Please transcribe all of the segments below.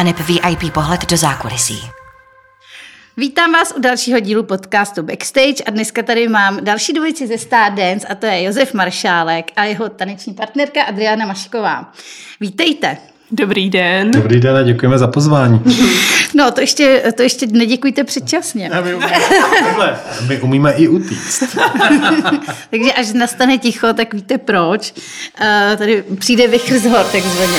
aneb VIP pohled do zákulisí. Vítám vás u dalšího dílu podcastu Backstage a dneska tady mám další dvojici ze Stardance a to je Josef Maršálek a jeho taneční partnerka Adriana Mašková. Vítejte. Dobrý den. Dobrý den a děkujeme za pozvání. No, to ještě neděkujte předčasně. My umíme i utíct. Takže až nastane ticho, tak víte proč. Tady přijde vichr z hor, takzvaně.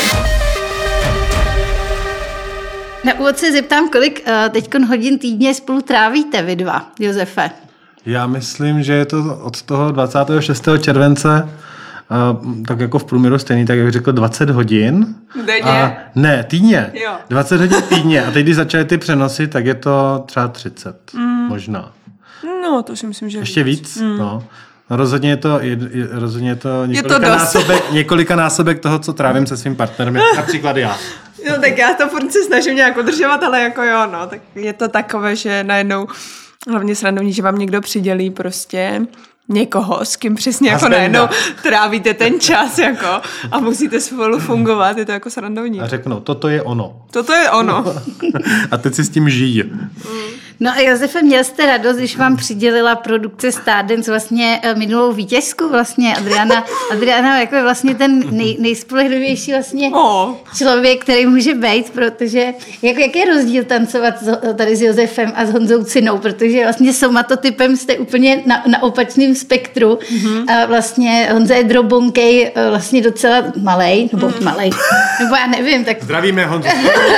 Na úvod se zeptám, kolik teďkon hodin týdně spolu trávíte vy dva, Josefe? Já myslím, že je to od toho 26. července tak jako v průměru stejný, tak jak řekl 20 hodin. Denně? Ne, týdně. Jo. 20 hodin týdně. A teď, když začaly ty přenosy, tak je to třeba 30. Možná. No, to si myslím, že ještě víc. No. No, rozhodně je to několika násobek toho, co trávím se svým partnerem, například já. No tak já to furt se snažím nějak udržovat, ale jako jo, no, tak je to takové, že najednou hlavně srandovní, že vám někdo přidělí prostě někoho, s kým přesně jako najednou trávíte ten čas jako a musíte spolu fungovat, je to jako srandovní. A řeknou, toto je ono. Toto je ono. A teď si s tím žijí. No a Josefe, měl jste radost, když vám přidělila produkce Stardance vlastně minulou vítězku vlastně Adriana jako je vlastně ten nejspolehlivější vlastně člověk, který může být, protože jaký je rozdíl tancovat tady s Josefem a s Honzou Cinou, protože vlastně somatotypem jste úplně na opačném spektru. A vlastně Honza je drobonkej, vlastně docela malej, nebo já nevím. Tak... Zdravíme Honzu.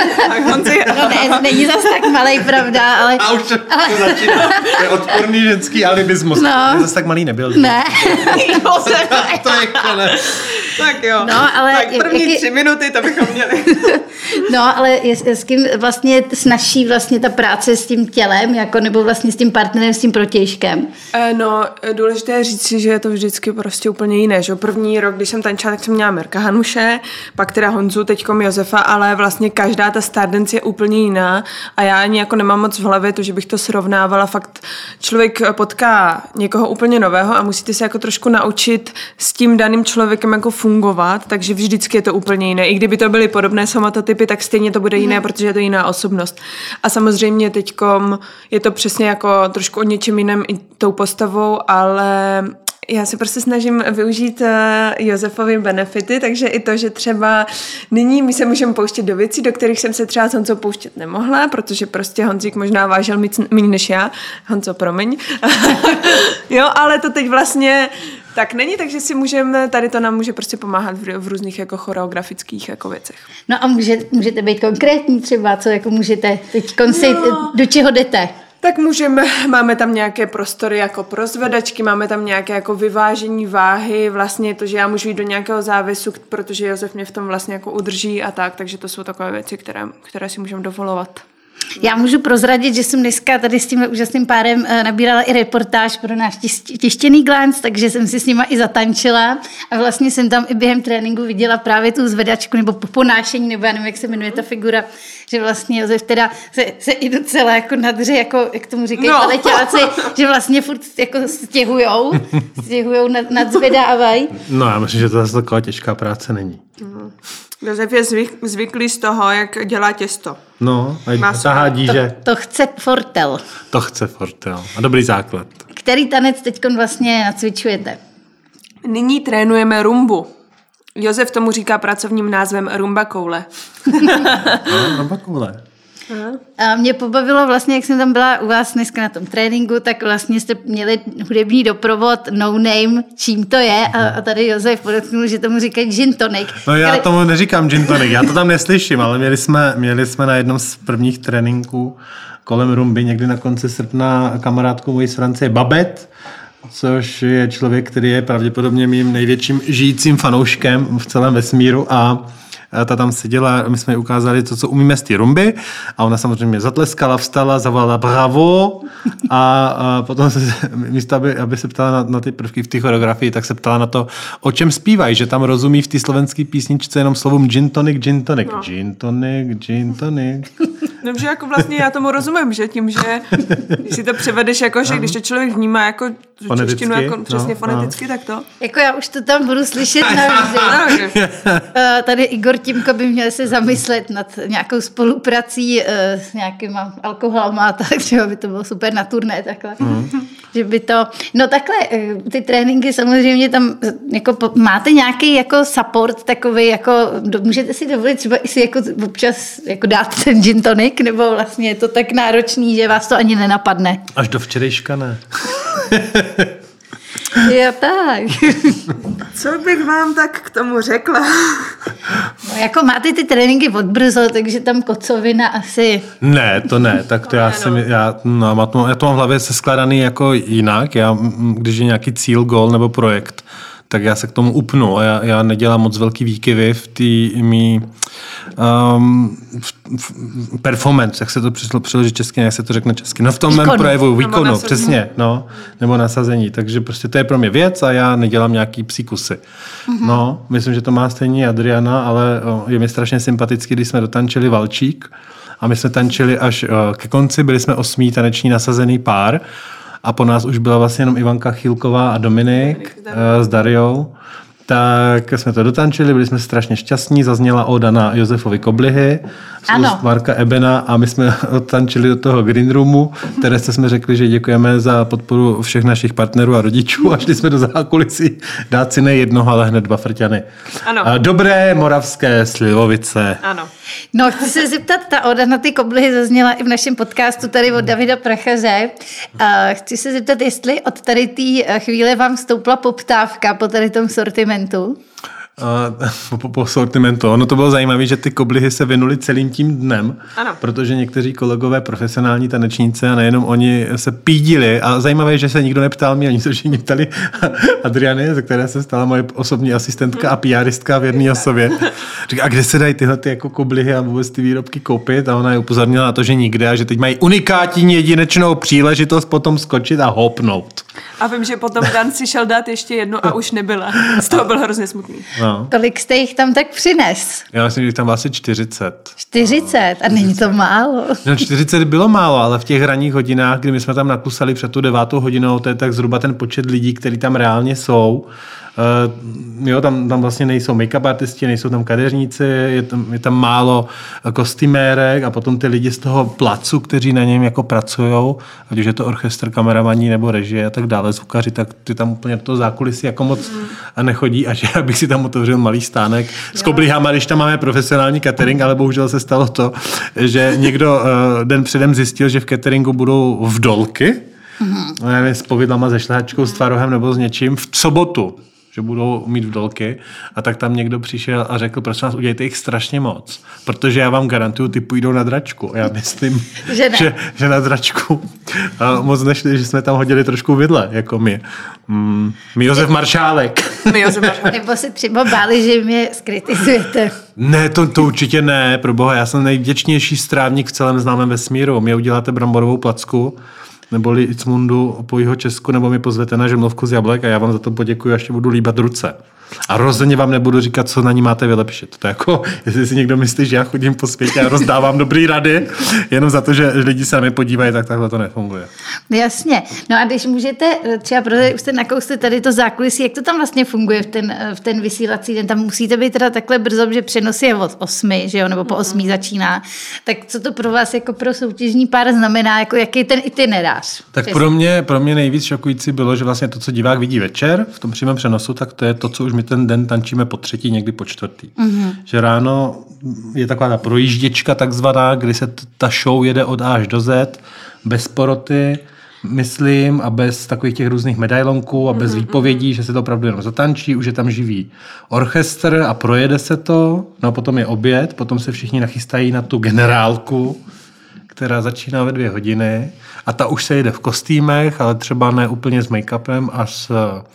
No není zas tak malej, pravda, ale... A už to začíná. To je odporný ženský alibismus. No. Zase tak malý nebyl. Ne. To je konec. Tak jo. No, ale tak první 3 minuty to bychom měli. No, ale s kým vlastně snaží vlastně ta práce s tím tělem, jako, nebo vlastně s tím partnerem, s tím protějškem? No, důležité je říct si, že je to vždycky prostě úplně jiné, že? První rok, když jsem tančila, tak jsem měla Mirka Hanuše, pak teda Honzu, teďkom Josefa, ale vlastně každá ta Stardance je úplně jiná a já ani jako nemám moc v hlavě to, že bych to srovnávala. Fakt člověk potká někoho úplně nového a musíte se jako trošku naučit s tím daným člověkem jako fungovat, takže vždycky je to úplně jiné. I kdyby to byly podobné somatotypy, tak stejně to bude jiné, protože je to jiná osobnost. A samozřejmě teďkom je to přesně jako trošku o něčem jiném i tou postavou, ale já se prostě snažím využít Josefovy benefity, takže i to, že třeba nyní my se můžeme pouštět do věcí, do kterých jsem se třeba s Honzou pouštět nemohla, protože prostě Honzík možná vážil méně než já. Honzo, promiň. Jo, ale to teď vlastně tak není, takže si tady to nám může prostě pomáhat v různých jako choreografických jako věcech. No a můžete být konkrétní třeba, co jako můžete teď do čeho jdete? Tak máme tam nějaké prostory jako pro zvedačky, máme tam nějaké jako vyvážení váhy, vlastně to, že já můžu jít do nějakého závěsu, protože Josef mě v tom vlastně jako udrží a tak, takže to jsou takové věci, které si můžeme dovolovat. Já můžu prozradit, že jsem dneska tady s tím úžasným párem nabírala i reportáž pro náš tištěný Glance, takže jsem si s nima i zatančila a vlastně jsem tam i během tréninku viděla právě tu zvedačku nebo ponášení, nebo já nevím, jak se jmenuje ta figura, že vlastně Josef teda se i docela jako nadře, jako, jak tomu říkají paleťáci, že vlastně furt jako stěhujou nadzvedávají. No já myslím, že to zase taková těžká práce není. Josef je zvyklý z toho, jak dělá těsto. No, a tahá díže. To chce fortel. To chce fortel. A dobrý základ. Který tanec teď vlastně nacvičujete? Nyní trénujeme rumbu. Josef tomu říká pracovním názvem rumba koule. Rumba koule. A mě pobavilo vlastně, jak jsem tam byla u vás dneska na tom tréninku, tak vlastně jste měli hudební doprovod No Name, čím to je a tady Josef podotknul, že tomu říkají gin tonic. No já tomu neříkám gin tonic, já to tam neslyším, ale měli jsme na jednom z prvních tréninků kolem rumby někdy na konci srpna kamarádku mojí z Francie Babette, což je člověk, který je pravděpodobně mým největším žijícím fanouškem v celém vesmíru a ta tam seděla, my jsme jí ukázali to, co umíme z té rumby a ona samozřejmě zatleskala, vstala, zavolala bravo a potom se, místo, aby se ptala na ty prvky v té choreografii, tak se ptala na to, o čem zpívají, že tam rozumí v té slovenské písničce jenom slovům gin tonic, gin tonic. No. Gin tonic, gin tonic. No, že jako vlastně já tomu rozumím, že tím, že když si to převedeš jako, že když to člověk vnímá jako tu češtinu jako přesně foneticky, tak to. Jako já už to tam budu slyšet navždy. Tady Igor Tímko by měl se zamyslet nad nějakou spoluprací s nějakýma alkoholama, tak třeba by to bylo super na turné takhle. Že by to, no takhle, ty tréninky samozřejmě tam, jako máte nějaký jako support takový, jako můžete si dovolit třeba i si jako občas jako dát ten gin tonic, nebo vlastně je to tak náročný, že vás to ani nenapadne? Až do včerejška ne. Jo, tak. Co bych vám tak k tomu řekla? No, jako máte ty tréninky od brzo, takže tam kocovina asi... Ne, to ne, tak to já to mám v hlavě seskládaný jako jinak, když je nějaký cíl, gól nebo projekt, tak já se k tomu upnu a já nedělám moc velký výkyvy v té mý performance, jak se to přeloží česky, jak se to řekne česky. No v tom mém projevu, výkonu, přesně, no, nebo nasazení. Takže prostě to je pro mě věc a já nedělám nějaký psí kusy. No, myslím, že to má stejně Adriana, ale je mi strašně sympatický, když jsme dotančili Valčík a my jsme tančili až ke konci, byli jsme 8. taneční nasazený pár a po nás už byla vlastně jenom Ivanka Chýlková a Dominik s Dariou. Tak jsme to dotančili, byli jsme strašně šťastní, zazněla oda na Josefovi Koblihy z úst Marka Ebena a my jsme odtančili do toho green roomu, které jsme řekli, že děkujeme za podporu všech našich partnerů a rodičů a šli jsme do zákulisí dát si ne jednoho, ale hned 2 frťany. Ano. Dobré moravské slivovice. Ano. No, chci se zeptat, ta oda na ty koblihy zazněla i v našem podcastu tady od Davida Prachaře. Chci se zeptat, jestli od tady té chvíle vám stoupla poptávka po tady tom sortimentu? Po sortimentu. Ono to bylo zajímavé, že ty koblihy se vynuly celým tím dnem, ano. Protože někteří kolegové profesionální tanečníci a nejenom oni se pídili a zajímavé je, že se nikdo neptal mě, oni se všichni ptali Adriany, ze které se stala moje osobní asistentka a PRistka v jedné osobě. Říká, a kde se dají tyhle ty jako koblihy a vůbec ty výrobky koupit? A ona je upozornila na to, že nikde a že teď mají unikátní jedinečnou příležitost potom skočit a hopnout. A vím, že potom Dan si šel dát ještě jednu a už nebyla. Z toho byl hrozně smutný. No. Kolik jste jich tam tak přines? Já myslím, že tam asi 40. 40? A není to málo? No 40 bylo málo, ale v těch ranních hodinách, kdy my jsme tam nakusali před tu 9. hodinou, to je tak zhruba ten počet lidí, kteří tam reálně jsou. Jo, tam vlastně nejsou make-up artisti, nejsou tam kadeřníci, je tam málo kostymérek a potom ty lidi z toho placu, kteří na něm jako pracujou, ať už je to orchestr, kameramaní nebo režie a tak dále, zvukaři, tak ty tam úplně do toho zákulisí jako moc nechodí a že abych si tam otevřel malý stánek s koblihama, když tam máme profesionální catering, ale bohužel se stalo to, že někdo den předem zjistil, že v cateringu budou vdolky, nevím, s povidlama, se šlehačkou, s tvarohem nebo s něčím v sobotu, že budou mít vdolky a tak tam někdo přišel a řekl, prosím vás, udělejte jich strašně moc, protože já vám garantuju, ty půjdou na dračku. Já myslím, že na dračku moc nešli, že jsme tam hodili trošku vidle, jako my. Josef Maršálek. Nebo se třeba báli, že mě skritizujete. Ne, to určitě ne, proboha, já jsem nejvděčnější strávník v celém známém vesmíru. Mě uděláte bramborovou placku, neboli Icmundu po jeho Česku, nebo mi pozvete na žemlovku z jablek a já vám za to poděkuji, až budu líbat ruce. A rozhodně vám nebudu říkat, co na ní máte vylepšit. To je jako, jestli si někdo myslí, že já chodím po světě a rozdávám dobrý rady, jenom za to, že lidi se na mě podívají, tak takhle to nefunguje. Jasně. No a když můžete, třeba protože už jste nakousli tady to zákulisí, jak to tam vlastně funguje v ten vysílací den? Tam musíte být teda takhle brzo, že přenos je od 8, že jo, nebo po 8 začíná. Tak co to pro vás jako pro soutěžní pár znamená, jako jaký ten itinerář? Tak pro mě nejvíc šokující bylo, že vlastně to, co divák vidí večer v tom přímém přenosu, tak to je to, co už my ten den tančíme po 3, někdy po 4. Že ráno je taková ta projížděčka takzvaná, kdy se ta show jede od A až do Z, bez poroty, myslím, a bez takových těch různých medailonků a bez výpovědí, že se to opravdu jenom zatančí, už je tam živý orchestr a projede se to, no a potom je oběd, potom se všichni nachystají na tu generálku, která začíná ve 2 hodiny a ta už se jede v kostýmech, ale třeba ne úplně s make-upem a s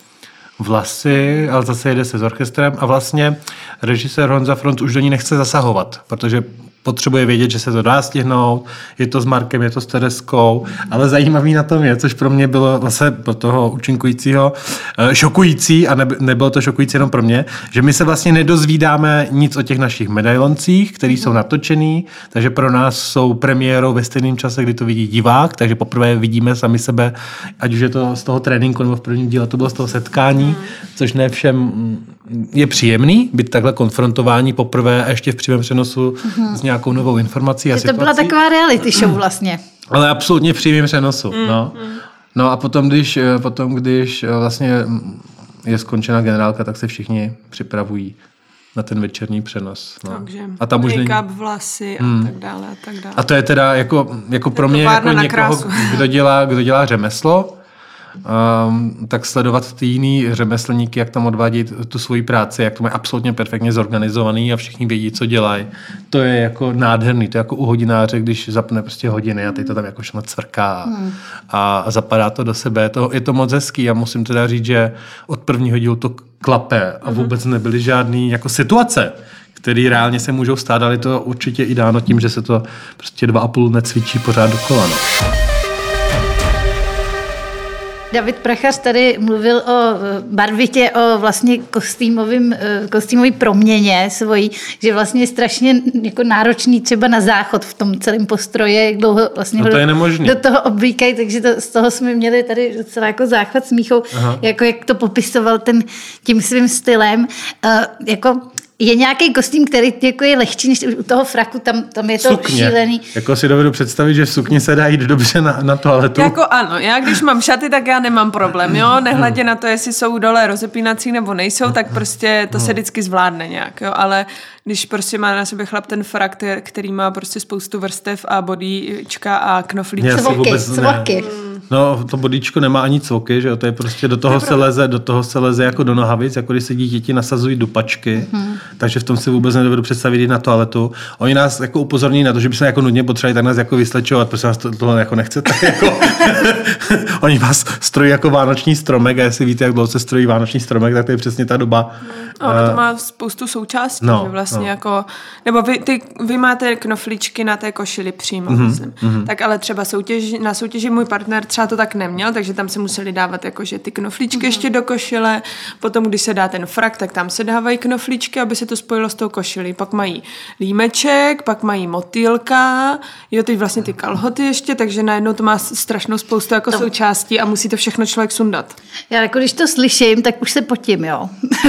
vlasy, ale zase jede se s orchestrem a vlastně režisér Honza Front už do ní nechce zasahovat, protože potřebuje vědět, že se to dá stihnout, je to s Markem, je to s Tereskou, ale zajímavý na tom je, což pro mě bylo vlastně pro toho účinkujícího šokující a nebylo to šokující jenom pro mě, že my se vlastně nedozvídáme nic o těch našich medailoncích, který jsou natočený, takže pro nás jsou premiérou ve stejném čase, kdy to vidí divák, takže poprvé vidíme sami sebe, ať už je to z toho tréninku nebo v prvním díle to bylo z toho setkání, což ne všem je příjemný být takhle konfrontování poprvé a ještě v přímém přenosu s nějakou novou informací a situací. To byla taková reality show vlastně. Ale absolutně v přímém přenosu. No a potom, když vlastně je skončena generálka, tak se všichni připravují na ten večerní přenos. No. Takže a tam už make-up, vlasy a tak dále a tak dále. A to je teda jako pro mě jako někoho, kdo dělá řemeslo, tak sledovat ty jiný řemeslníky, jak tam odvádí tu svoji práci, jak to mají absolutně perfektně zorganizovaný a všichni vědí, co dělají. To je jako nádherný, to je jako u hodináře, když zapne prostě hodiny a teď to tam jako všechno cvrká a zapadá to do sebe. Je to moc hezký a musím teda říct, že od prvního dílu to klape a vůbec nebyly žádný jako situace, které reálně se můžou stát, ale to určitě i dáno tím, že se to prostě 2,5 necvičí pořád dokola. No. David Prachař tady mluvil o barvitě, o vlastně kostýmový proměně svojí, že vlastně je strašně jako náročný třeba na záchod v tom celém postroji, jak dlouho vlastně to je nemožný. Do toho oblíkají, takže z toho jsme měli tady docela jako záchvat smíchou, jako jak to popisoval tím svým stylem. Je nějaký kostým, který jako je lehčí než u toho fraku, tam je to sukně. Šílený. Jako si dovedu představit, že v sukni se dá jít dobře na toaletu. Jako ano, já když mám šaty, tak já nemám problém, jo, nehledě na to, jestli jsou dole rozepínací nebo nejsou, tak prostě to se vždycky zvládne nějak, jo, ale když prostě má na sobě chlap ten frak, který má prostě spoustu vrstev a bodíčka a knoflíčka. Cvoky. No, to bodíčko nemá ani cvoky, že jo, to je prostě do toho se leze jako do nohavic, jako když se děti nasazují dupačky, takže v tom si vůbec nedovedu představit jít na toaletu. Oni nás jako upozorní na to, že bychom jako nudně potřebovali tak nás jako vyslečovat, protože nás tohle jako nechcete. Jako oni vás strojí jako vánoční stromek a jestli víte, jak dlouho se strojí vánoční stromek, tak to je přesně ta doba. No, to má spoustu součástí, vlastně jako, nebo vy máte knoflíčky na té košili přímo, myslím. Tak ale třeba na soutěži můj partner třeba to tak neměl, takže tam se museli dávat jakože ty knoflíčky ještě do košile, potom když se dá ten frak, tak tam se dávají knoflíčky, aby se to spojilo s tou košilí. Pak mají límeček, pak mají motýlka, teď vlastně ty kalhoty ještě, takže najednou to má strašnou spoustu jako součástí a musí to všechno člověk sundat. Já jako když to slyším, tak už se potím, jo.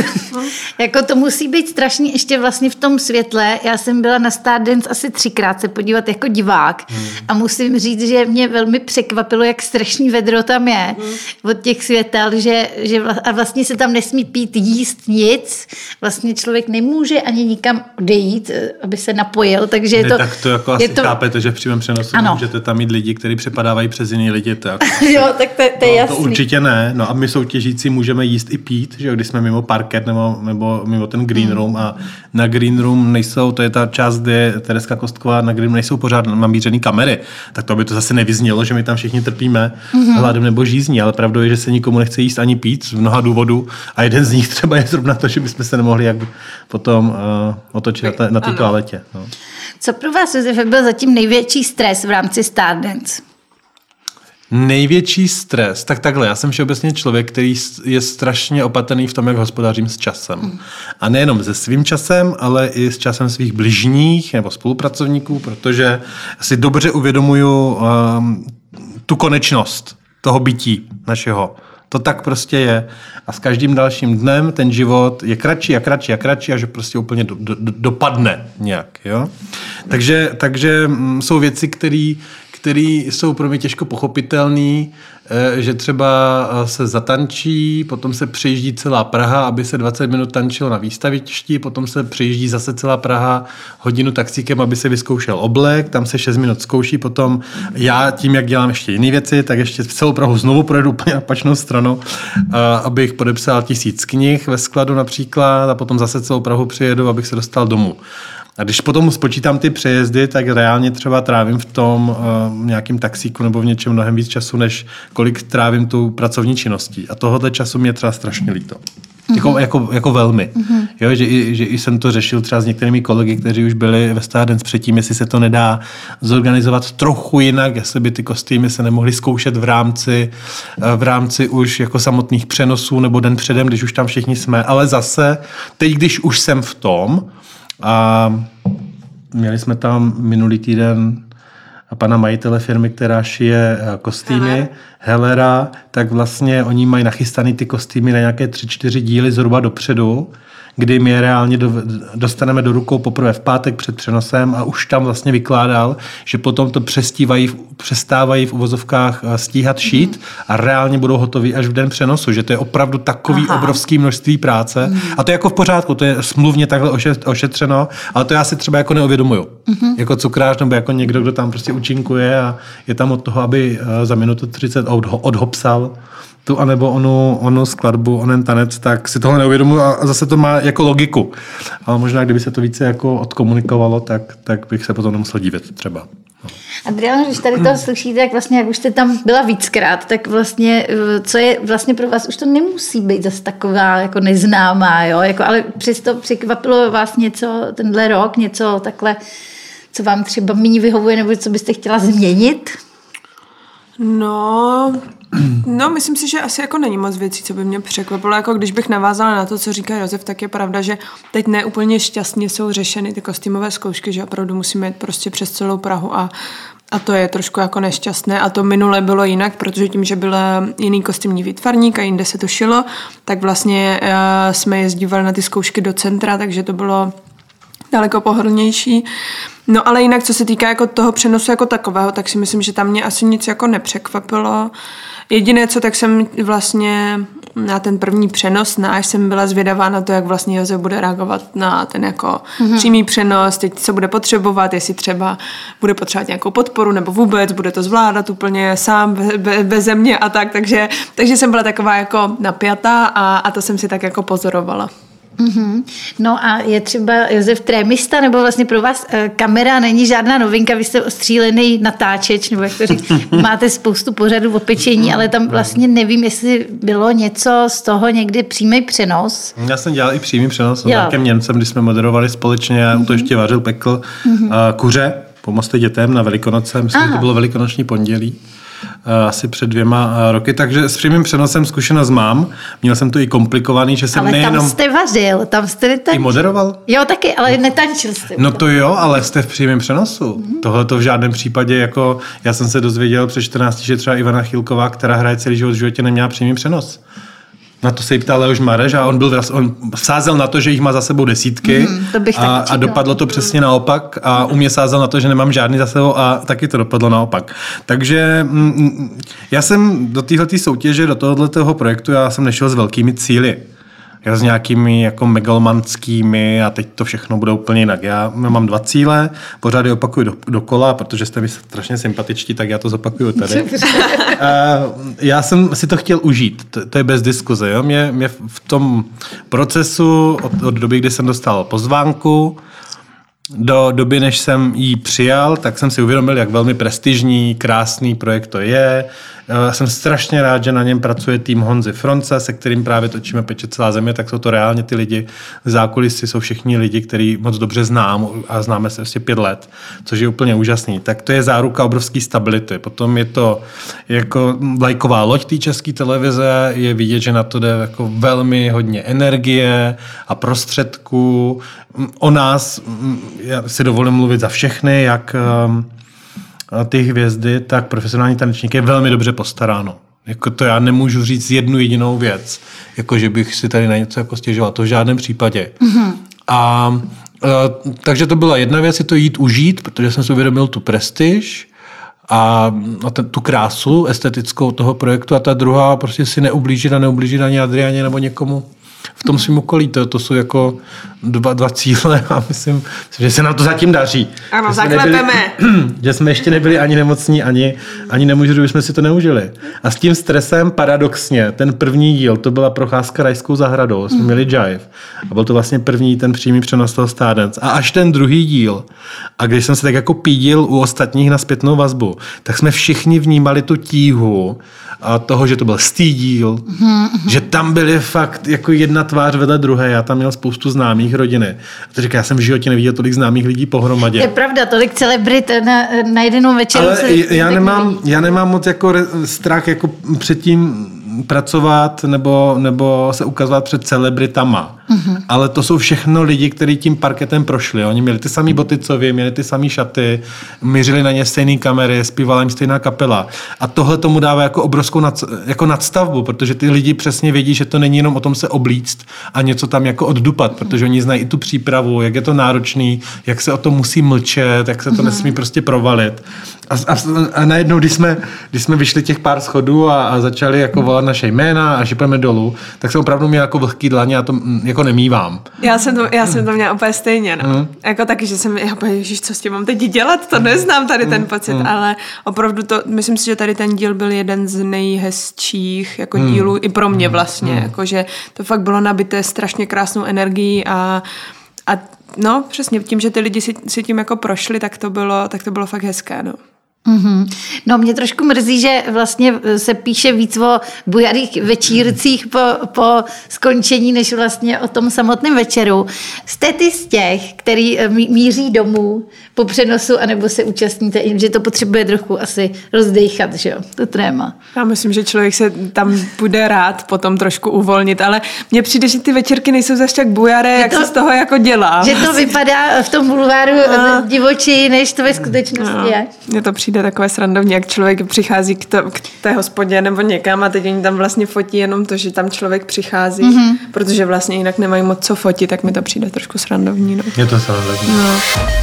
Jako to musí být strašný ještě vlastně v tom světle. Já jsem byla na Stardance asi 3krát se podívat jako divák a musím říct, že mě velmi překvapilo, jak strašný vedro tam je od těch světel, že a vlastně se tam nesmí pít, jíst nic. Vlastně člověk nemůže ani nikam odejít, aby se napojil, takže je to... Tak to jako asi chápete, že v přímém přenosu můžete tam mít lidi, kteří přepadávají přes jiný lidi. To jako jo, tak to je jasný. To určitě ne. No a my soutěžící můžeme jíst i pít, že jo, když jsme mimo parket nebo mimo ten green room a na green room nejsou, to je ta část, kde Tereska Kostková, na green room nejsou pořád namířený kamery, tak to aby to zase nevyznělo, že my tam všichni trpíme hladem nebo žízní, ale pravdou je, že se nikomu nechce jíst ani pít z mnoha důvodů a jeden z nich třeba je zrovna to, že bychom se nemohli jak potom otočit na té toaletě. No. Co pro vás, Josefe, byl zatím největší stres v rámci Stardance? Největší stres, tak takhle, já jsem všeobecně člověk, který je strašně opatrný v tom, jak hospodařím s časem. A nejenom se svým časem, ale i s časem svých bližních nebo spolupracovníků, protože si dobře uvědomuju tu konečnost toho bytí našeho. To tak prostě je. A s každým dalším dnem ten život je kratší a kratší a kratší a že prostě úplně dopadne nějak. Jo? Takže jsou věci, které jsou pro mě těžko pochopitelné, že třeba se zatančí, potom se přejíždí celá Praha, aby se 20 minut tančilo na výstavišti, potom se přejíždí zase celá Praha hodinu taxíkem, aby se vyzkoušel oblek, tam se 6 minut zkouší, potom já tím, jak dělám ještě jiné věci, tak ještě celou Prahu znovu projedu úplně opačnou stranu, abych podepsal 1000 knih ve skladu například a potom zase celou Prahu přijedu, abych se dostal domů. A když potom spočítám ty přejezdy, tak reálně třeba trávím v tom nějakým taxíku nebo v něčem mnohem víc času, než kolik trávím tou pracovní činností. A tohohle času mě třeba strašně líto. Jako velmi. Jo, že i jsem to řešil třeba s některými kolegy, kteří už byli ve Stardance předtím, jestli se to nedá zorganizovat trochu jinak, jestli by ty kostýmy se nemohly zkoušet v rámci už jako samotných přenosů nebo den předem, když už tam všichni jsme. Ale zase, teď, když už jsem v tom a měli jsme tam minulý týden pana majitele firmy, která šije kostýmy, Hellera, tak vlastně oni mají nachystaný ty kostýmy na nějaké 3-4 díly zhruba dopředu, kdy my je reálně dostaneme do rukou poprvé v pátek před přenosem a už tam vlastně vykládal, že potom to přestávají v uvozovkách stíhat šít a reálně budou hotoví až v den přenosu, že to je opravdu takový obrovský množství práce a to je jako v pořádku, to je smluvně takhle ošetřeno, ale to já si třeba jako neuvědomuju. Jako cukrář nebo jako někdo, kdo tam prostě účinkuje a je tam od toho, aby za minutu 30 odhopsal tu anebo onu skladbu, onen tanec, tak si tohle neuvědomuji a zase to má jako logiku. Ale možná, kdyby se to více jako odkomunikovalo, tak bych se potom nemusel dívat třeba. Adriana, když tady to slyšíte, tak vlastně, jak už jste tam byla víckrát, tak vlastně, co je vlastně pro vás, už to nemusí být zase taková jako neznámá, jo? Jako, ale přesto překvapilo vás něco tenhle rok, něco takhle, co vám třeba méně vyhovuje, nebo co byste chtěla změnit? No, myslím si, že asi jako není moc věcí, co by mě překvapilo. Jako když bych navázala na to, co říká Josef, tak je pravda, že teď neúplně šťastně jsou řešeny ty kostýmové zkoušky, že opravdu musíme jít prostě přes celou Prahu a to je trošku jako nešťastné. A to minule bylo jinak, protože tím, že byl jiný kostýmní výtvarník a jinde se to šilo, tak vlastně jsme jezdívali na ty zkoušky do centra, takže to bylo daleko pohodlnější. No ale jinak, co se týká jako toho přenosu jako takového, tak si myslím, že tam mě asi nic jako nepřekvapilo. Jediné, co tak jsem vlastně na ten první přenos náš jsem byla zvědavá na to, jak vlastně Josef bude reagovat na ten jako přímý přenos, teď co bude potřebovat, jestli třeba bude potřebovat nějakou podporu nebo vůbec bude to zvládat úplně sám beze mě a tak, takže jsem byla taková jako napjatá a to jsem si tak jako pozorovala. No a je třeba Josef trémista, nebo vlastně pro vás kamera není žádná novinka, vy jste ostřílený natáčeč, nebo jak to říct, máte spoustu pořadů v opečení, ale tam vlastně nevím, jestli bylo něco z toho někdy přímý přenos. Já jsem dělal i přímý přenos s nějakým Němcem, když jsme moderovali společně, u to ještě vařil, pekl kuře, pomozte dětem na Velikonoce, myslím, že to bylo velikonoční pondělí. Asi před 2 roky, takže s přímým přenosem zkušenost mám. Měl jsem to i komplikovaný, že jsem ale nejenom... Ale tam jste vařil, tam jste netančil. I moderoval? Jo, taky, ale netančil jste. No to jo, ale jste v přímém přenosu. Tohle to v žádném případě, jako já jsem se dozvěděl před 14, že třeba Ivana Chýlková, která hraje celý život v životě, neměla přímý přenos. Na to se jí ptal Leoš Mareš a on sázel na to, že jich má za sebou desítky a dopadlo to přesně naopak a u mě sázel na to, že nemám žádný za sebou a taky to dopadlo naopak. Takže já jsem do téhleté soutěže, do tohoto projektu, já jsem nešel s velkými cíli. Já s nějakými jako megalomanskými a teď to všechno bude úplně jinak. Já mám 2 cíle, pořád je opakuju dokola, protože jste mi strašně sympatičtí, tak já to zopakuju tady. Já jsem si to chtěl užít, to je bez diskuze. Jo? Mě v tom procesu od doby, kdy jsem dostal pozvánku, do doby, než jsem ji přijal, tak jsem si uvědomil, jak velmi prestižní, krásný projekt to je. Jsem strašně rád, že na něm pracuje tým Honzy Fronce, se kterým právě točíme Peče celá země, tak jsou to reálně ty lidi v zákulisí, jsou všichni lidi, který moc dobře znám a známe se vlastně 5 let, což je úplně úžasný. Tak to je záruka obrovské stability. Potom je to jako vlajková loď té České televize, je vidět, že na to jde jako velmi hodně energie a prostředků. O nás, já si dovolím mluvit za všechny, jak ty hvězdy, tak profesionální tanečník je velmi dobře postaráno. Jako to já nemůžu říct jednu jedinou věc, jako že bych si tady na něco jako stěžoval, to v žádném případě. Takže to byla jedna věc, je to jít užít, protože jsem si uvědomil tu prestiž a tu krásu estetickou toho projektu a ta druhá prostě si neublížit ani Adriáně nebo někomu v tom svým okolí. To jsou jako dva cíle a myslím, že se nám to zatím daří. Ano, zaklepeme. Že jsme ještě nebyli ani nemocní, ani nemůžu, že jsme si to neužili. A s tím stresem paradoxně, ten první díl, to byla procházka rajskou zahradou, jsme měli Jive. A byl to vlastně první ten přímý přenos toho Stardance. A až ten druhý díl, a když jsem se tak jako pídil u ostatních na zpětnou vazbu, tak jsme všichni vnímali tu tíhu a toho, že to byl díl, že tam byly fakt jako jedna tvář vedle druhé. Já tam měl spoustu známých rodiny. A to říká, já jsem v životě neviděl tolik známých lidí pohromadě. Je pravda, tolik celebrit na jeden večer. Ale já nemám moc jako strach jako předtím pracovat nebo se ukazovat před celebritama. Ale to jsou všechno lidi, kteří tím parketem prošli. Oni měli ty samý boty, co vy, měli ty samý šaty, mířili na ně stejné kamery, zpívala jim stejná kapela. A tohle tomu dává jako obrovskou jako nadstavbu, protože ty lidi přesně vědí, že to není jenom o tom se oblíct a něco tam jako oddupat, protože oni znají i tu přípravu, jak je to náročný, jak se o tom musí mlčet, jak se to nesmí prostě provalit. A najednou, když jsme vyšli těch pár schodů a začali jako volat naše jména a šipeme dolů, tak jsem opravdu měl jako vlhký dlaně a to jako nemívám. Já jsem to měla úplně stejně, no. Jako taky, že jsem, ježiš, co s tím mám teď dělat, to neznám tady ten pocit, ale opravdu to, myslím si, že tady ten díl byl jeden z nejhezčích jako dílů i pro mě vlastně, jakože to fakt bylo nabité strašně krásnou energií a no, přesně tím, že ty lidi si tím jako prošli, tak to bylo fakt hezké, no. No mě trošku mrzí, že vlastně se píše víc o bujarých večírcích po skončení, než vlastně o tom samotném večeru. Jste ty z těch, který míří domů po přenosu, anebo se účastníte, že to potřebuje trochu asi rozdejchat, že jo, to tréma. Já myslím, že člověk se tam bude rád potom trošku uvolnit, ale mně přijde, že ty večírky nejsou zase tak bujaré, jak se z toho jako dělá. Že to vypadá v tom bulváru divočí, než to ve skutečnosti je. Mně to přijde takové srandovní, jak člověk přichází k té hospodě nebo někam a teď oni tam vlastně fotí jenom to, že tam člověk přichází, protože vlastně jinak nemají moc co fotit, tak mi to přijde trošku srandovní. No. Je to srandovní. No.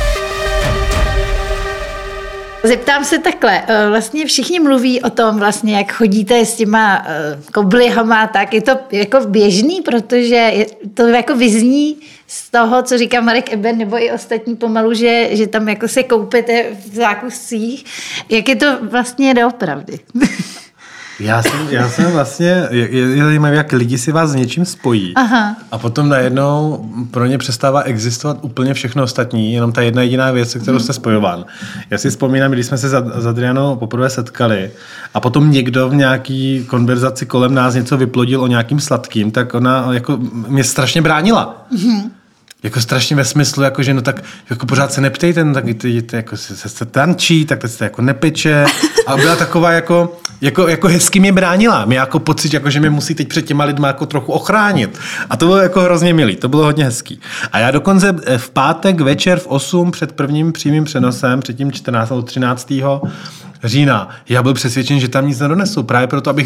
Zeptám se takhle, vlastně všichni mluví o tom vlastně, jak chodíte s těma koblihama, tak je to jako běžný, protože to jako vyzní z toho, co říká Marek Eben, nebo i ostatní pomalu, že tam jako se koupete v zákuscích. Jak je to vlastně doopravdy? Já jsem vlastně, je zajímavé, jak lidi si vás s něčím spojí. Aha. A potom najednou pro ně přestává existovat úplně všechno ostatní, jenom ta jedna jediná věc, se kterou jste spojován. Já si vzpomínám, když jsme se s Adrianou poprvé setkali a potom někdo v nějaký konverzaci kolem nás něco vyplodil o nějakým sladkým, tak ona jako mě strašně bránila. Jako strašně ve smyslu, jako, že no tak jako pořád se neptejte, no tak jdete, jako se tančí, tak se jako nepeče. A byla taková jako hezky mě bránila. Mě jako pocit, jako, že mě musí teď před těma lidma jako trochu ochránit. A to bylo jako hrozně milý, to bylo hodně hezký. A já dokonce v pátek večer v 8 před prvním přímým přenosem, před tím 14. nebo 13. října, já byl přesvědčen, že tam nic nedonesou. Právě proto, abych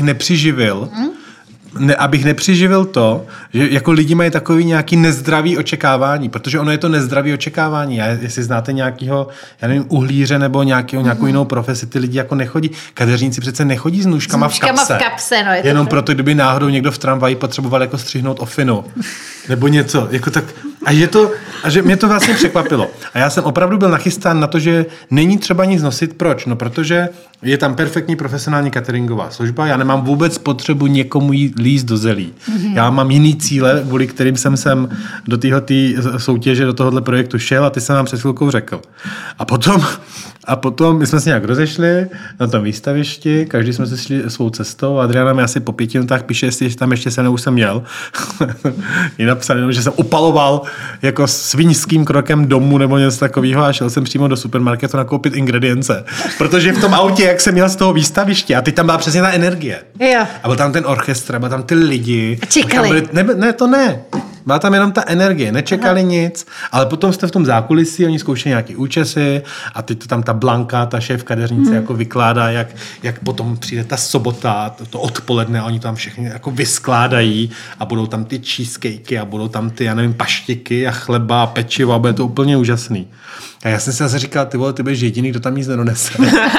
nepřiživil to, že jako lidi mají takový nějaký nezdravý očekávání, protože ono je to nezdravý očekávání. Jestli znáte nějakého, já nevím, uhlíře nebo nějakou jinou profesi, ty lidi jako nechodí. Kadeřníci přece nechodí s nůžkama v kapse. No, jenom proto, kdyby náhodou někdo v tramvaji potřeboval jako střihnout ofinu. Nebo něco. Jako tak, a že mě to vlastně překvapilo. A já jsem opravdu byl nachystán na to, že není třeba nic nosit. Proč? No, protože je tam perfektní profesionální cateringová služba. Já nemám vůbec potřebu někomu líst do zelí. Já mám jiný cíle, kvůli kterým jsem sem do této soutěže, do tohohle projektu šel a ty jsem vám před chvilkou řekl. A potom my jsme se nějak rozešli na tom výstavišti, každý jsme se šli svou cestou. Adriana mi asi po 5 minutách píše, jestli tam ještě se už jsem měl. Je napsané, že jsem opaloval jako sviňským krokem domů nebo něco takového a šel jsem přímo do supermarketu nakoupit ingredience. Protože v tom autě, jak jsem měl z toho výstaviště a teď tam byla přesně ta energie. Jo. A byl tam ten orchestr, byl tam ty lidi. A čekali. Ne. Byla tam jenom ta energie, nečekali nic, ale potom jste v tom zákulisí, oni zkoušeli nějaký účesy a teď to tam ta Blanka, ta šéf kadeřnice jako vykládá, jak potom přijde ta sobota, to odpoledne a oni tam všechny jako vyskládají a budou tam ty cheesecakey a budou tam ty, já nevím, paštiky a chleba a pečivo a bude to úplně úžasný. A já jsem si zase říkal, ty vole, ty budeš jediný, kdo tam nic nedonese.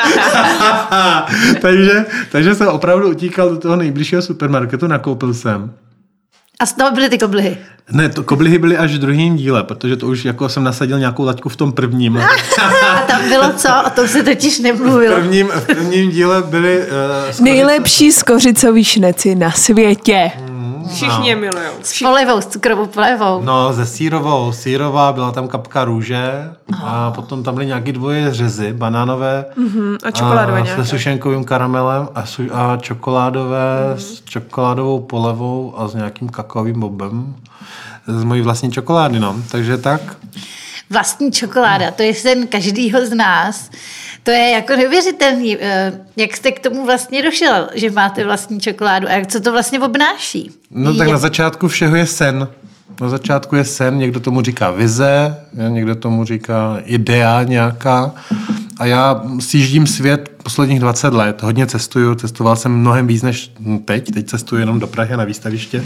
takže jsem opravdu utíkal do toho nejbližšího supermarketu, nakoupil jsem. A z toho byly ty koblihy. Ne, to koblihy byly až v druhém díle, protože to už jako jsem nasadil nějakou laťku v tom prvním. A tam bylo co? O tom se totiž nemluvilo. V prvním díle byly... Nejlepší skořicový šneci na světě. Všichni je milujou. S polivou, s cukrovou polivou. No, se sírová, byla tam kapka růže a potom tam byly nějaký dvoje řezy, banánové a čokoládové nějaké. Se sušenkovým karamelem a čokoládové s čokoládovou polevou a s nějakým kakaovým bobem. Z mojí vlastní čokolády, no. Takže tak. Vlastní čokoláda, to je sen každýho z nás. To je jako neuvěřitelný. Jak jste k tomu vlastně došel, že máte vlastní čokoládu a co to vlastně obnáší? No tak na začátku všeho je sen. Na začátku je sen, někdo tomu říká vize, někdo tomu říká idea nějaká. A já sjíždím svět posledních 20 let, hodně cestuju, cestoval jsem mnohem víc než teď cestuju jenom do Prahy na výstaviště.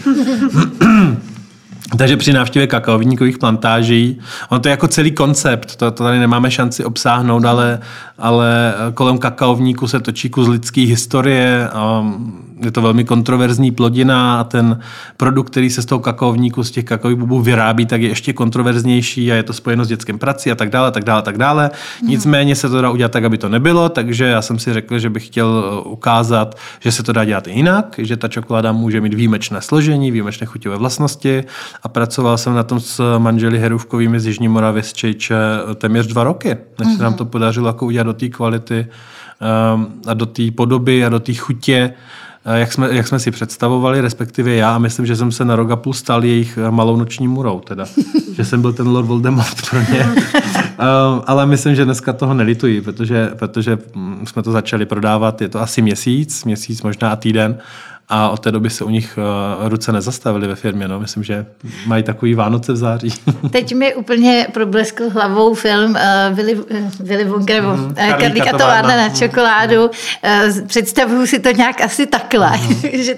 Takže při návštěvě kakaovníkových plantáží, on to je jako celý koncept, to tady nemáme šanci obsáhnout, ale kolem kakaovníku se točí kus lidské historie a je to velmi kontroverzní plodina a ten produkt, který se z toho kakaovníku, z těch kakaových bobů vyrábí, tak je ještě kontroverznější a je to spojeno s dětskem prací a tak dále, tak dále, tak dále. Nicméně se to dá udělat tak, aby to nebylo, takže já jsem si řekl, že bych chtěl ukázat, že se to dá dělat i jinak, že ta čokoláda může mít výjimečné složení, výjimečné chuťové vlastnosti a pracoval jsem na tom s manželi Herůvkovými z Jižní Moravy z Čejče téměř 2 roky, než se nám to podařilo jako udělat do té kvality a do té podoby a do té chutě, jak jsme si představovali, respektive já, a myslím, že jsem se na rok a půl stal jejich malou noční můrou, teda. Že jsem byl ten Lord Voldemort pro ně. Ale myslím, že dneska toho nelituji, protože jsme to začali prodávat, je to asi měsíc možná a týden, a od té doby se u nich ruce nezastavily ve firmě. No. Myslím, že mají takový Vánoce v září. Teď mi úplně probleskl hlavou film Willy Wonka nebo Karlíka továrna na čokoládu. Představuju si to nějak asi takhle, že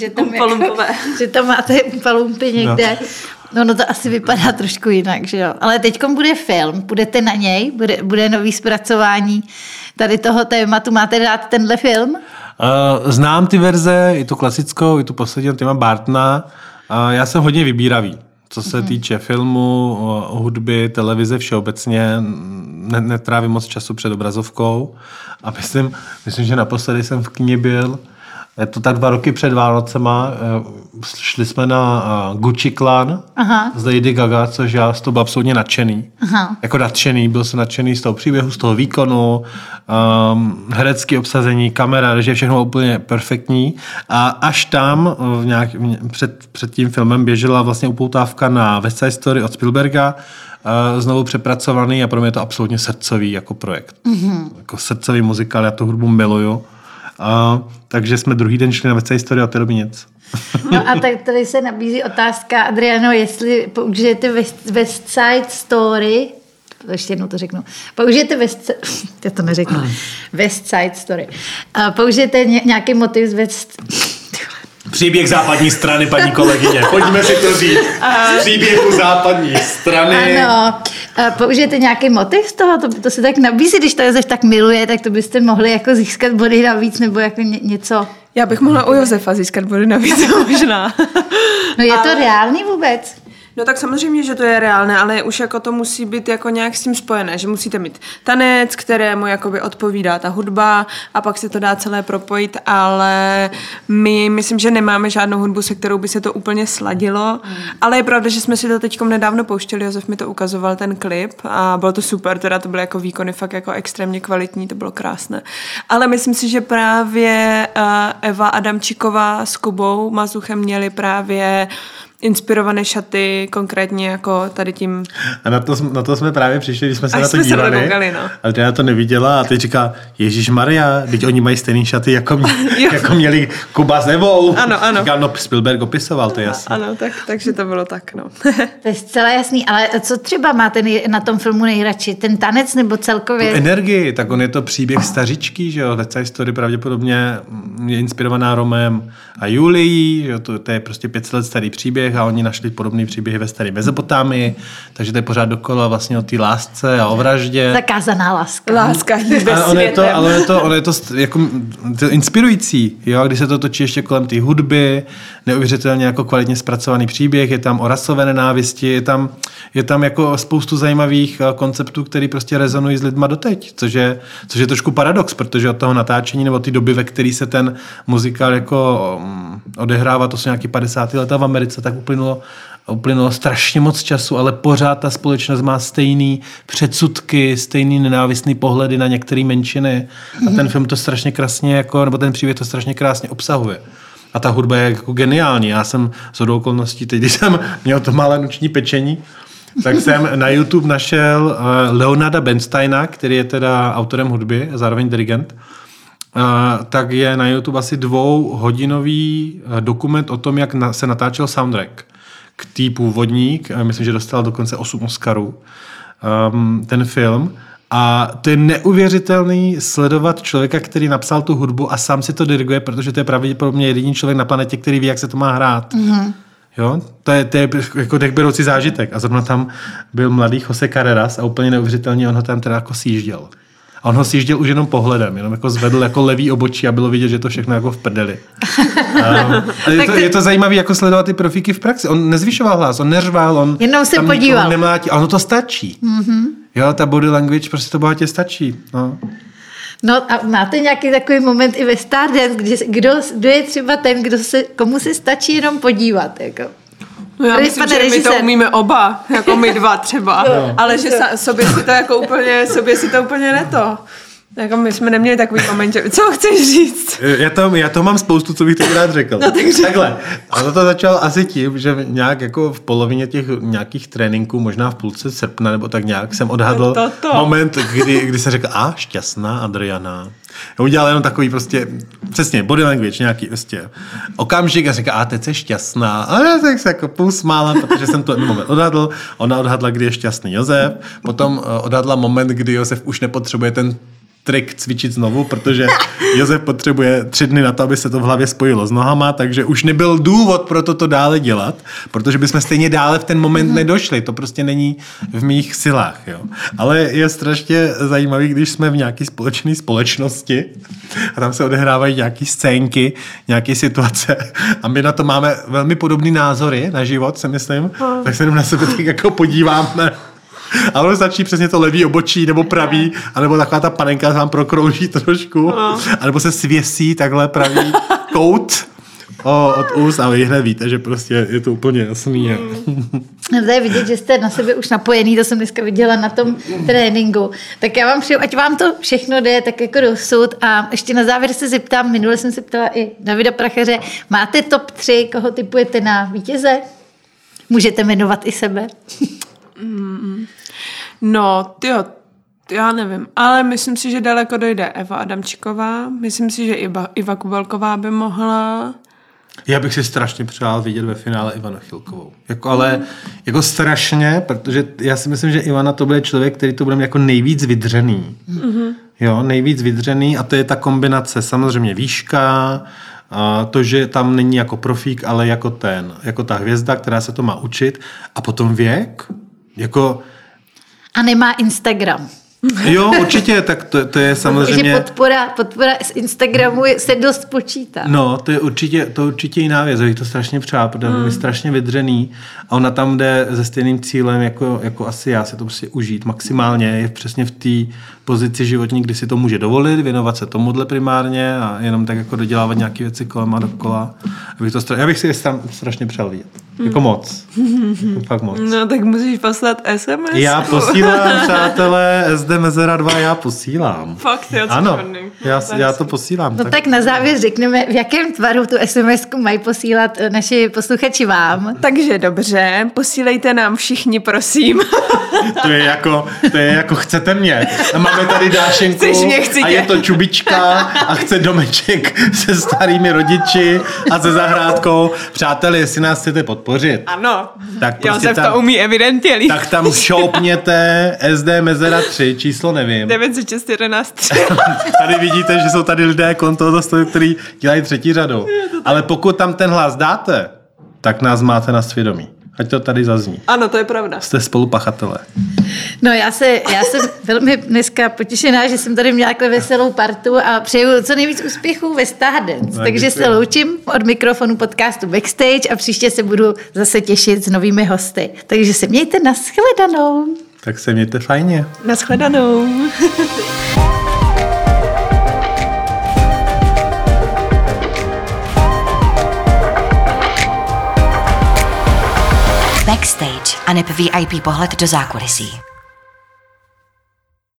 tam máte palumpy někde. No to asi vypadá trošku jinak, že jo. Ale teďkom bude film, budete na něj, bude nový zpracování tady toho tématu. Máte rád tenhle film? Znám ty verze, i tu klasickou, i tu poslední od Tima Bartona. Já jsem hodně vybíravý, co se týče filmu, hudby, televize všeobecně. Netrávím moc času před obrazovkou. A myslím, že naposledy jsem v kině byl. Je to tak 2 roky před Vánocema. Šli jsme na Gucci Clan z Lady Gaga, což já z toho byl absolutně nadšený. Jako nadšený, byl jsem nadšený z toho příběhu, z toho výkonu, herecké obsazení, kamera, že je všechno úplně perfektní. A až tam před tím filmem běžela vlastně upoutávka na West Side Story od Spielberga, znovu přepracovaný a pro mě je to absolutně srdcový jako projekt. Jako srdcový muzikál, já tu hudbu miluju. Takže jsme druhý den šli na West Side Story a od té doby nic. No a tak tady se nabízí otázka, Adriano, jestli použijete West Side Story, ještě jednou to řeknu, použijete West Side Story, použijete nějaký motiv z West... Příběh západní strany, paní kolegyně. Pojďme si to říct. Z příběhu západní strany. Ano. Použijete nějaký motiv z toho? To se tak nabízí, když to Josef tak miluje, tak to byste mohli jako získat body navíc nebo jako něco. Já bych mohla u Josefa získat body navíc možná. No je to reálný vůbec? No tak samozřejmě, že to je reálné, ale už jako to musí být jako nějak s tím spojené, že musíte mít tanec, kterému jakoby odpovídá ta hudba a pak se to dá celé propojit, ale my myslím, že nemáme žádnou hudbu, se kterou by se to úplně sladilo, ale je pravda, že jsme si to teďkom nedávno pouštěli, Josef mi to ukazoval ten klip a bylo to super, teda to byly jako výkony fakt jako extrémně kvalitní, to bylo krásné. Ale myslím si, že právě Eva Adamčíková s Kubou Mazuchem měli právě inspirované šaty, konkrétně jako tady tím. A na to jsme právě přišli, když jsme se na to dívali. Koukali, no. Ale já to neviděla a teď říká, Ježišmarja, teď oni mají stejný šaty, jako měli Kuba s Evou. Ano. Říkal, no Spielberg opisoval, to je jasný. Ano, takže to bylo tak, no. To je zcela jasný, ale co třeba máte na tom filmu nejradši? Ten tanec nebo celkově? Tu energii, tak on je to příběh stařičky, že jo, West Side Story pravděpodobně je inspirovaná Romem a Julií, že jo, to je prostě 500 let starý příběh, příběh a oni našli podobný příběhy ve staré Mezopotámii, takže to je pořád dokola vlastně o té lásce a o vraždě. Zakázaná láska. Láska hýbe světem. Ono je to jako to inspirující, jo, když se to točí ještě kolem té hudby, neuvěřitelně jako kvalitně zpracovaný příběh, je tam o rasové nenávisti, je tam jako spoustu zajímavých konceptů, které prostě rezonují s lidma doteď, což je trošku paradox, protože od toho natáčení nebo té doby, ve které se ten muzikál jako odehrává, to jsou nějaký 50. leta v Americe, tak uplynulo strašně moc času, ale pořád ta společnost má stejný předsudky, stejný nenávistný pohledy na některé menšiny a ten film to strašně krásně jako, nebo ten příběh to strašně krásně obsahuje. A ta hudba je jako geniální. Já jsem shodou okolností, teď když jsem měl to malé noční pečení, tak jsem na YouTube našel Leonarda Bernsteina, který je teda autorem hudby a zároveň dirigent. Tak je na YouTube asi 2hodinový dokument o tom, jak se natáčel soundtrack k té původní, myslím, že dostal dokonce 8 Oscarů, ten film. A to je neuvěřitelný sledovat člověka, který napsal tu hudbu a sám si to diriguje, protože to je pravděpodobně jediný člověk na planetě, který ví, jak se to má hrát. Mm-hmm. Jo? To je jako dechberoucí zážitek. A zrovna tam byl mladý Jose Carreras a úplně neuvěřitelně on ho tam teda jako sjížděl. A on ho sjížděl už jenom pohledem, jenom jako zvedl jako levý obočí a bylo vidět, že to všechno jako v prdeli. Je to zajímavé jako sledovat ty profíky v praxi. On nezvyšoval hlas, on neřval, on jenom se podíval. Nemlátí, a ono to stačí. Mm-hmm. Jo, ta body language prostě to bohatě stačí. No a máte nějaký takový moment i ve Stardance, kdo je třeba ten, komu se stačí jenom podívat, jako? No já myslím, že my to umíme oba, jako my dva třeba, ale že sobě si to úplně neto. Jako my jsme neměli takový moment, že co chceš říct? Já to mám spoustu, co bych teď rád řekl. No, takhle. A to začalo asi tím, že nějak jako v polovině těch nějakých tréninků, možná v půlce srpna nebo tak nějak, jsem odhadl moment, kdy se řekl, šťastná Adriana. Já udělal jenom takový prostě, přesně, body language, nějaký prostě okamžik a říká, teď jsi šťastná. A já tak se jako pousmála, protože jsem to moment odhadl. Ona odhadla, kdy je šťastný Josef. Potom odhadla moment, kdy Josef už nepotřebuje ten trik cvičit znovu, protože Josef potřebuje 3 dny na to, aby se to v hlavě spojilo s nohama, takže už nebyl důvod pro to dále dělat, protože bychom stejně dále v ten moment nedošli. To prostě není v mých silách. Jo. Ale je strašně zajímavý, když jsme v nějaké společné společnosti a tam se odehrávají nějaké scénky, nějaké situace a my na to máme velmi podobné názory na život, si myslím, tak se jenom na sebe tak jako podíváme. A ono stačí přesně to levý obočí, nebo pravý, anebo taková ta panenka se vám prokrouží trošku, anebo se svěsí takhle pravý kout od úst a vy hned víte, že prostě je to úplně jasný. No to je vidět, že jste na sebe už napojený, to jsem dneska viděla na tom tréninku. Tak já vám přeju, ať vám to všechno jde tak jako dosud a ještě na závěr se zeptám, minule jsem se ptala i Davida Prachaře, máte top 3, koho tipujete na vítěze? Můžete jmenovat i sebe. No, já nevím, ale myslím si, že daleko dojde Eva Adamčíková, myslím si, že Iva Kubelková by mohla. Já bych si strašně přál vidět ve finále Ivanu Chilkovou. Ale strašně, protože já si myslím, že Ivana to bude člověk, který to bude jako nejvíc vydřený. Mm-hmm. Jo, nejvíc vydřený a to je ta kombinace samozřejmě výška, a to, že tam není jako profík, ale jako ta hvězda, která se to má učit a potom věk, a nemá Instagram. Jo, určitě, tak to je samozřejmě... Takže podpora z Instagramu se dost počítá. No, to je určitě jiná věc, bych to strašně přál, protože je strašně vydřený a ona tam jde se stejným cílem, jako asi já, se to prostě užít maximálně, je přesně v té pozici životní, kdy si to může dovolit, věnovat se tomuhle primárně a jenom tak jako dodělávat nějaké věci kolem a dokola. Já bych si je strašně přál vidět. Jako moc. Fakt moc. No, tak musíš poslat SMS. Já posílám, přátelé, SD Mezera 2, já posílám. Fakt, jo, ano, já to posílám. No tak na závěr řekneme, v jakém tvaru tu SMS-ku mají posílat naši posluchači vám. Takže dobře, posílejte nám všichni, prosím. To je jako chcete mě. A máme tady Dášenku a je to Čubička a chce domeček se starými rodiči a se zahrádkou. Přátelé, jestli nás chcete podpořit. Ano, tak prostě Josef to umí evidentně líp. Tak tam šoupněte SD Mezera 3, číslo nevím. 906 11 3. Tady vidíte, že jsou tady lidé kolem toho, který dělají třetí řadou. Ale pokud tam ten hlas dáte, tak nás máte na svědomí. Ať to tady zazní. Ano, to je pravda. Jste spolupachatelé. No já jsem velmi dneska potěšená, že jsem tady měla takhle veselou partu a přeju co nejvíc úspěchů ve Stardance. Takže se loučím od mikrofonu podcastu Backstage a příště se budu zase těšit s novými hosty. Takže se mějte, nashledanou. Tak se mějte fajně. Nashledanou. Backstage a neb VIP pohled do zákulisí.